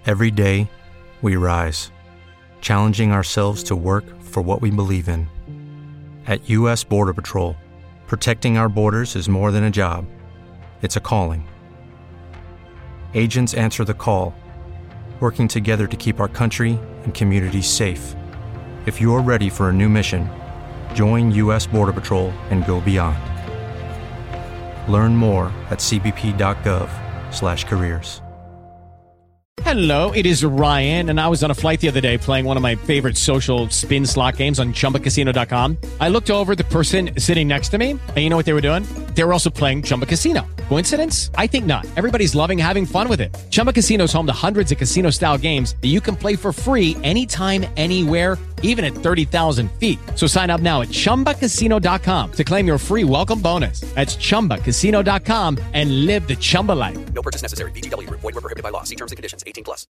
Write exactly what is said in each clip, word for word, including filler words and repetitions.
Every day, we rise, challenging ourselves to work for what we believe in. At U S Border Patrol, protecting our borders is more than a job. It's a calling. Agents answer the call, working together to keep our country and communities safe. If you're ready for a new mission, join U S Border Patrol and go beyond. Learn more at cbp.gov slash careers. Hello, it is Ryan, and I was on a flight the other day playing one of my favorite social spin slot games on chumba casino dot com. I looked over at the person sitting next to me, and you know what they were doing? They were also playing Chumba Casino. Coincidence? I think not. Everybody's loving having fun with it. Chumba Casino is home to hundreds of casino-style games that you can play for free anytime, anywhere, even at thirty thousand feet. So sign up now at chumba casino dot com to claim your free welcome bonus. That's chumba casino dot com and live the Chumba life. No purchase necessary. V G W. Void where prohibited by law. See terms and conditions. eighteen plus.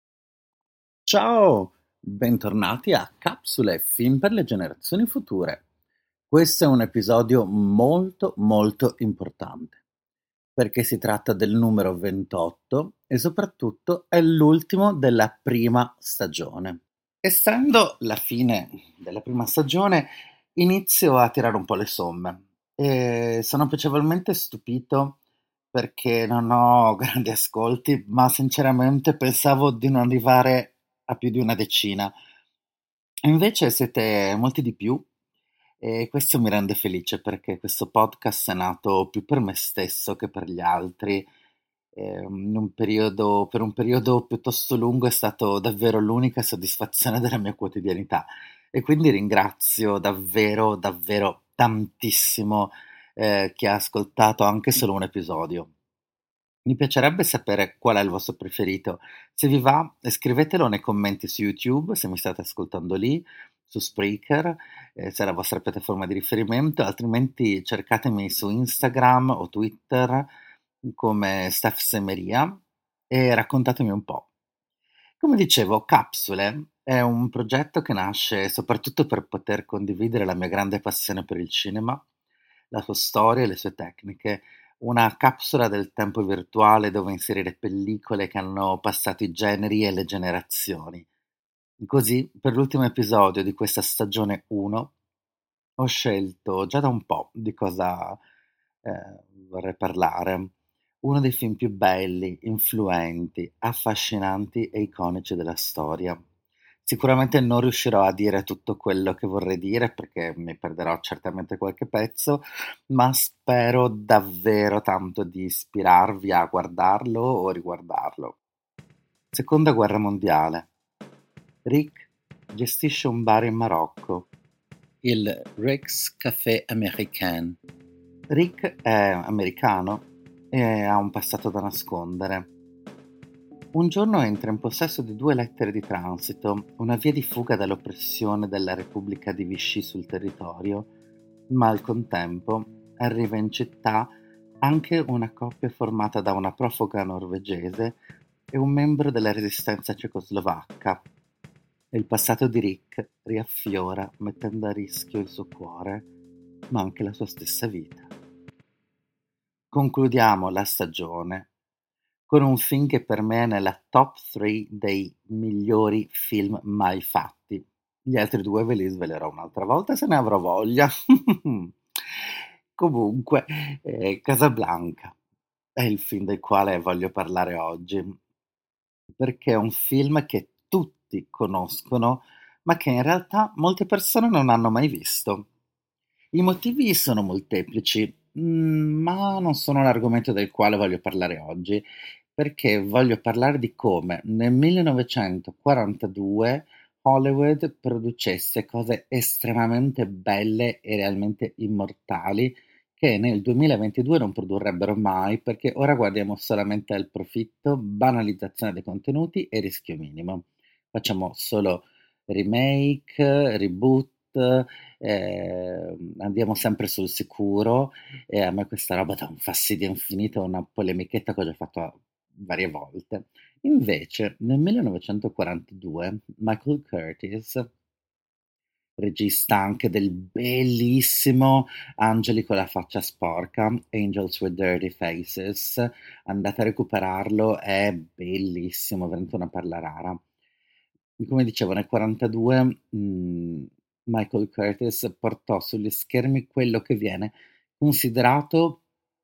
Ciao, bentornati a Capsule Film per le generazioni future. Questo è un episodio molto molto importante, perché si tratta del numero ventotto e soprattutto è l'ultimo della prima stagione. Essendo la fine della prima stagione, inizio a tirare un po' le somme e sono piacevolmente stupito perché non ho grandi ascolti, ma sinceramente pensavo di non arrivare a più di una decina. Invece siete molti di più e questo mi rende felice perché questo podcast è nato più per me stesso che per gli altri. In un periodo, per un periodo piuttosto lungo è stato davvero l'unica soddisfazione della mia quotidianità e quindi ringrazio davvero davvero tantissimo eh, chi ha ascoltato anche solo un episodio. Mi piacerebbe sapere qual è il vostro preferito. Se vi va, scrivetelo nei commenti su YouTube se mi state ascoltando lì, su Spreaker, eh, se è la vostra piattaforma di riferimento, altrimenti cercatemi su Instagram o Twitter come Steph Semeria e raccontatemi un po'. Come dicevo, Capsule è un progetto che nasce soprattutto per poter condividere la mia grande passione per il cinema, la sua storia e le sue tecniche, una capsula del tempo virtuale dove inserire pellicole che hanno passato i generi e le generazioni. Così, per l'ultimo episodio di questa stagione uno, ho scelto già da un po' di cosa eh, vorrei parlare. Uno dei film più belli, influenti, affascinanti e iconici della storia. Sicuramente non riuscirò a dire tutto quello che vorrei dire perché mi perderò certamente qualche pezzo, ma spero davvero tanto di ispirarvi a guardarlo o riguardarlo. Seconda guerra mondiale. Rick gestisce un bar in Marocco, il Rick's Café Américain. Rick è americano e ha un passato da nascondere. Un giorno entra in possesso di due lettere di transito, una via di fuga dall'oppressione della Repubblica di Vichy sul territorio, ma al contempo arriva in città anche una coppia formata da una profuga norvegese e un membro della resistenza cecoslovacca. E il passato di Rick riaffiora mettendo a rischio il suo cuore, ma anche la sua stessa vita. Concludiamo la stagione con un film che per me è nella top tre dei migliori film mai fatti. Gli altri due ve li svelerò un'altra volta se ne avrò voglia. Comunque, eh, Casablanca è il film del quale voglio parlare oggi, perché è un film che tutti conoscono, ma che in realtà molte persone non hanno mai visto. I motivi sono molteplici, ma non sono l'argomento del quale voglio parlare oggi, perché voglio parlare di come nel millenovecentoquarantadue Hollywood producesse cose estremamente belle e realmente immortali che nel duemilaventidue non produrrebbero mai, perché ora guardiamo solamente al profitto, banalizzazione dei contenuti e rischio minimo. Facciamo solo remake, reboot, eh, andiamo sempre sul sicuro e a me questa roba dà un fastidio infinito, una polemichetta che ho già fatto varie volte. Invece nel millenovecentoquarantadue Michael Curtiz regista anche del bellissimo Angeli con la faccia sporca, Angels with Dirty Faces. Andate a recuperarlo, è bellissimo, veramente una perla rara. Come dicevo, nel quarantadue mh, Michael Curtis portò sugli schermi quello che viene considerato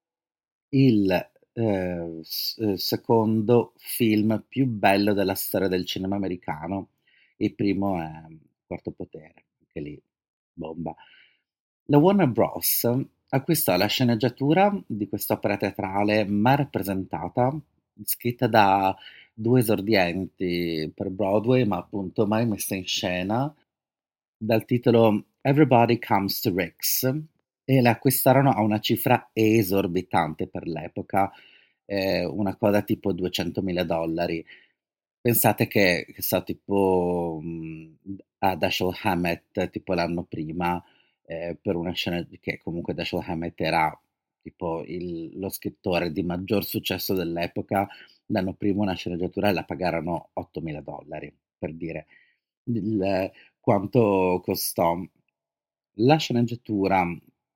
il eh, s- eh, secondo film più bello della storia del cinema americano. Il primo è Quarto Potere, anche lì bomba. La Warner Bros. Acquistò la sceneggiatura di quest'opera teatrale mai rappresentata, scritta da due esordienti per Broadway, ma appunto mai messa in scena, dal titolo Everybody Comes to Rick's, e la acquistarono a una cifra esorbitante per l'epoca, eh, una cosa tipo duecentomila dollari. Pensate che, che so, tipo mh, a Dashiell Hammett, tipo l'anno prima, eh, per una scena che comunque Dashiell Hammett era tipo il- lo scrittore di maggior successo dell'epoca, l'anno prima una sceneggiatura la pagarono ottomila dollari, per dire il- quanto costò. La sceneggiatura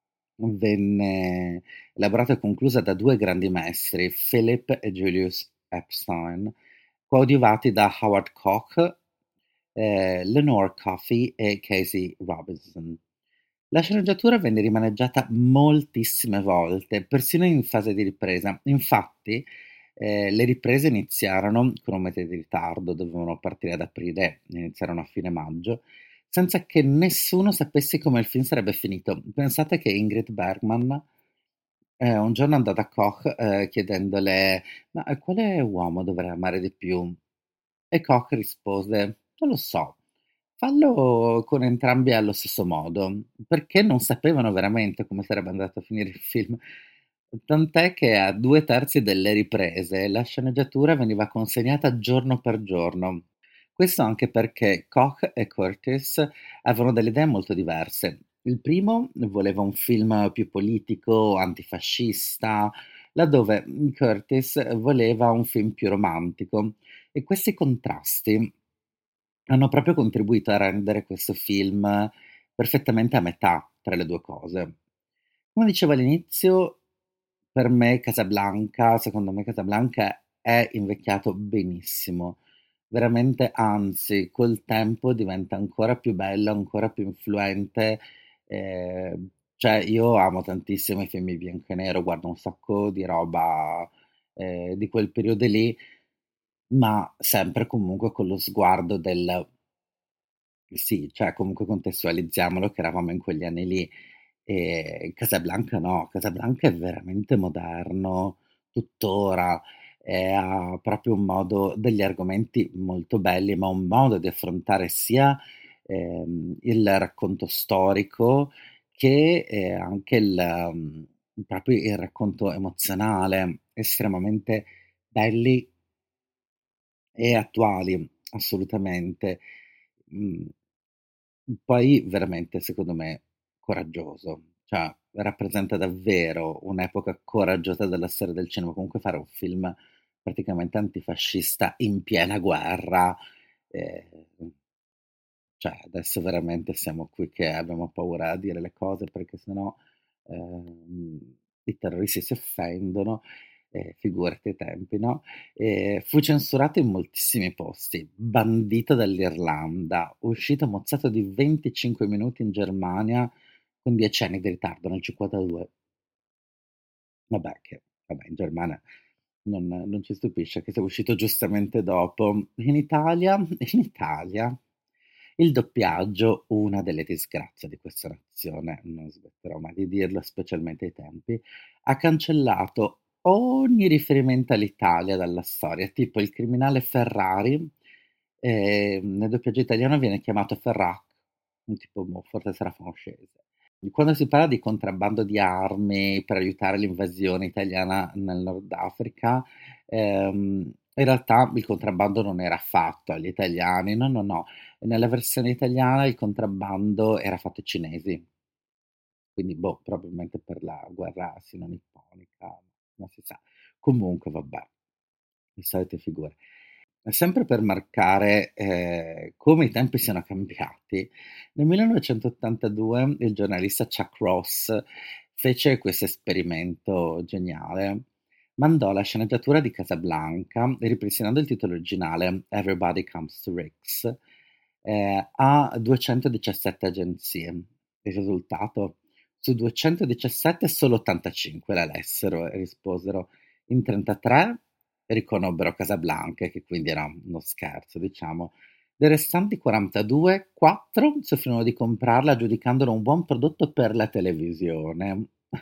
venne elaborata e conclusa da due grandi maestri, Philip e Julius Epstein, coadiuvati da Howard Koch, eh, Lenore Coffey e Casey Robinson. La sceneggiatura venne rimaneggiata moltissime volte, persino in fase di ripresa. Infatti, eh, le riprese iniziarono con un mese di ritardo, dovevano partire ad aprile, iniziarono a fine maggio, senza che nessuno sapesse come il film sarebbe finito. Pensate che Ingrid Bergman eh, un giorno andò da Koch eh, chiedendole: Ma eh, quale uomo dovrei amare di più? E Koch rispose: Non lo so, fallo con entrambi allo stesso modo, perché non sapevano veramente come sarebbe andato a finire il film. Tant'è che a due terzi delle riprese la sceneggiatura veniva consegnata giorno per giorno. Questo anche perché Koch e Curtis avevano delle idee molto diverse. Il primo voleva un film più politico, antifascista, laddove Curtis voleva un film più romantico. E questi contrasti hanno proprio contribuito a rendere questo film perfettamente a metà tra le due cose. Come dicevo all'inizio, per me Casablanca, secondo me Casablanca è invecchiato benissimo, veramente, anzi, col tempo diventa ancora più bello, ancora più influente. eh, cioè, io amo tantissimo i film in bianco e nero, guardo un sacco di roba eh, di quel periodo lì, ma sempre comunque con lo sguardo del sì, cioè comunque contestualizziamolo che eravamo in quegli anni lì. E Casablanca no, Casablanca è veramente moderno, tuttora, e ha proprio un modo, degli argomenti molto belli, ma un modo di affrontare sia ehm, il racconto storico che eh, anche il, um, proprio il racconto emozionale, estremamente belli e attuali, assolutamente. Mm, Poi veramente, secondo me, coraggioso, cioè rappresenta davvero un'epoca coraggiosa della storia del cinema. Comunque fare un film praticamente antifascista in piena guerra, eh, cioè adesso veramente siamo qui che abbiamo paura a dire le cose perché sennò ehm, i terroristi si offendono, eh, figurati ai tempi, no? Eh, fu censurato in moltissimi posti, bandito dall'Irlanda, uscito mozzato di venticinque minuti in Germania con dieci anni di ritardo nel cinquantadue. Vabbè, che vabbè, in Germania non, non ci stupisce che sia uscito giustamente dopo. In Italia, in Italia, il doppiaggio, una delle disgrazie di questa nazione, non smetterò mai di dirlo, specialmente ai tempi, ha cancellato ogni riferimento all'Italia dalla storia, tipo il criminale Ferrari, eh, nel doppiaggio italiano viene chiamato Ferrac, un tipo, boh, forse sarà francese. Quando si parla di contrabbando di armi per aiutare l'invasione italiana nel Nord Africa, ehm, in realtà il contrabbando non era fatto agli italiani, no, no, no. Nella versione italiana il contrabbando era fatto ai cinesi, quindi boh, probabilmente per la guerra sino-nipponica, non si sa. Comunque, vabbè, le solite figure. sempre per marcare eh, come i tempi siano cambiati, nel millenovecentottantadue il giornalista Chuck Ross fece questo esperimento geniale. Mandò la sceneggiatura di Casablanca, ripristinando il titolo originale Everybody Comes to Rick's, eh, a duecentodiciassette agenzie. Il risultato? Su duecentodiciassette solo ottantacinque la lessero e risposero. In trentatré riconobbero Casablanca, che quindi era uno scherzo, diciamo. Dei restanti quarantadue, quattro soffrirono di comprarla giudicandolo un buon prodotto per la televisione.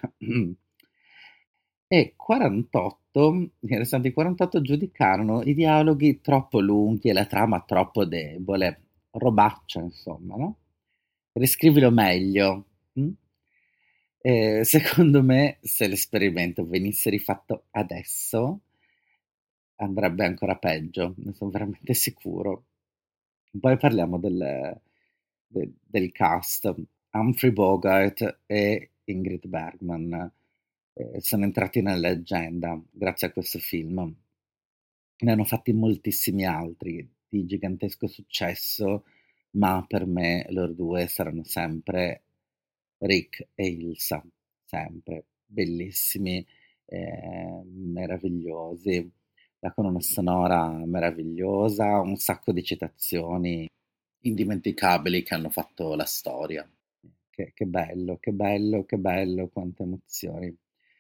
E quarantotto, i restanti quarantotto giudicarono i dialoghi troppo lunghi e la trama troppo debole. Robaccia, insomma, no? Riscrivilo meglio. Hm? E secondo me, se l'esperimento venisse rifatto adesso, andrebbe ancora peggio, ne sono veramente sicuro. Poi parliamo del, de, del cast. Humphrey Bogart e Ingrid Bergman eh, sono entrati nella leggenda grazie a questo film. Ne hanno fatti moltissimi altri di gigantesco successo, ma per me loro due saranno sempre Rick e Ilsa, sempre bellissimi, eh, meravigliosi, la colonna sonora meravigliosa, un sacco di citazioni indimenticabili che hanno fatto la storia. Che, che bello, che bello, che bello, quante emozioni.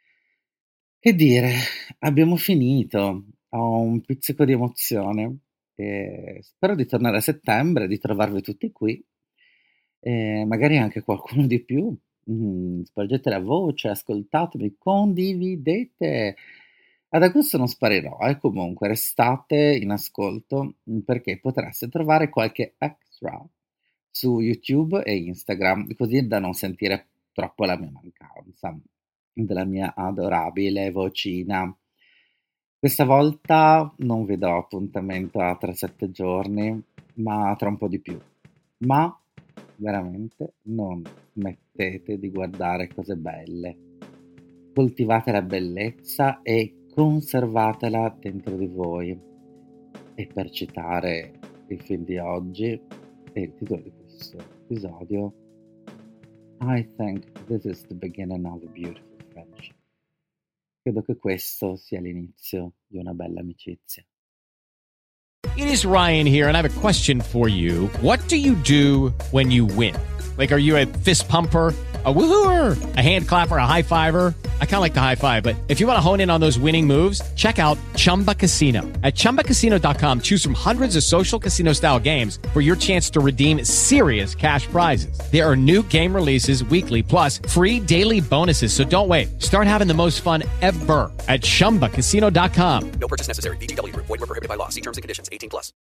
Che dire, abbiamo finito, ho un pizzico di emozione e spero di tornare a settembre, di trovarvi tutti qui. E magari anche qualcuno di più. Mm, spargete la voce, ascoltatemi, condividete. Ad agosto non sparirò, e eh, comunque restate in ascolto perché potreste trovare qualche extra su YouTube e Instagram, così da non sentire troppo la mia mancanza della mia adorabile vocina. Questa volta non vi do appuntamento a tra sette giorni, ma tra un po' di più. Ma veramente non smettete di guardare cose belle. Coltivate la bellezza e conservatela dentro di voi. E per citare il film di oggi e il titolo di questo episodio, I think this is the beginning of a beautiful friendship. Credo che questo sia l'inizio di una bella amicizia. It is Ryan here, and I have a question for you. What do you do when you win? Like, are you a fist pumper, a woohooer, a hand clapper, a high fiver? I kind of like the high five, but if you want to hone in on those winning moves, check out Chumba Casino. At chumba casino dot com, choose from hundreds of social casino style games for your chance to redeem serious cash prizes. There are new game releases weekly, plus free daily bonuses. So don't wait. Start having the most fun ever at chumba casino dot com. No purchase necessary. V G W Group. Void where prohibited by law. See terms and conditions. eighteen plus.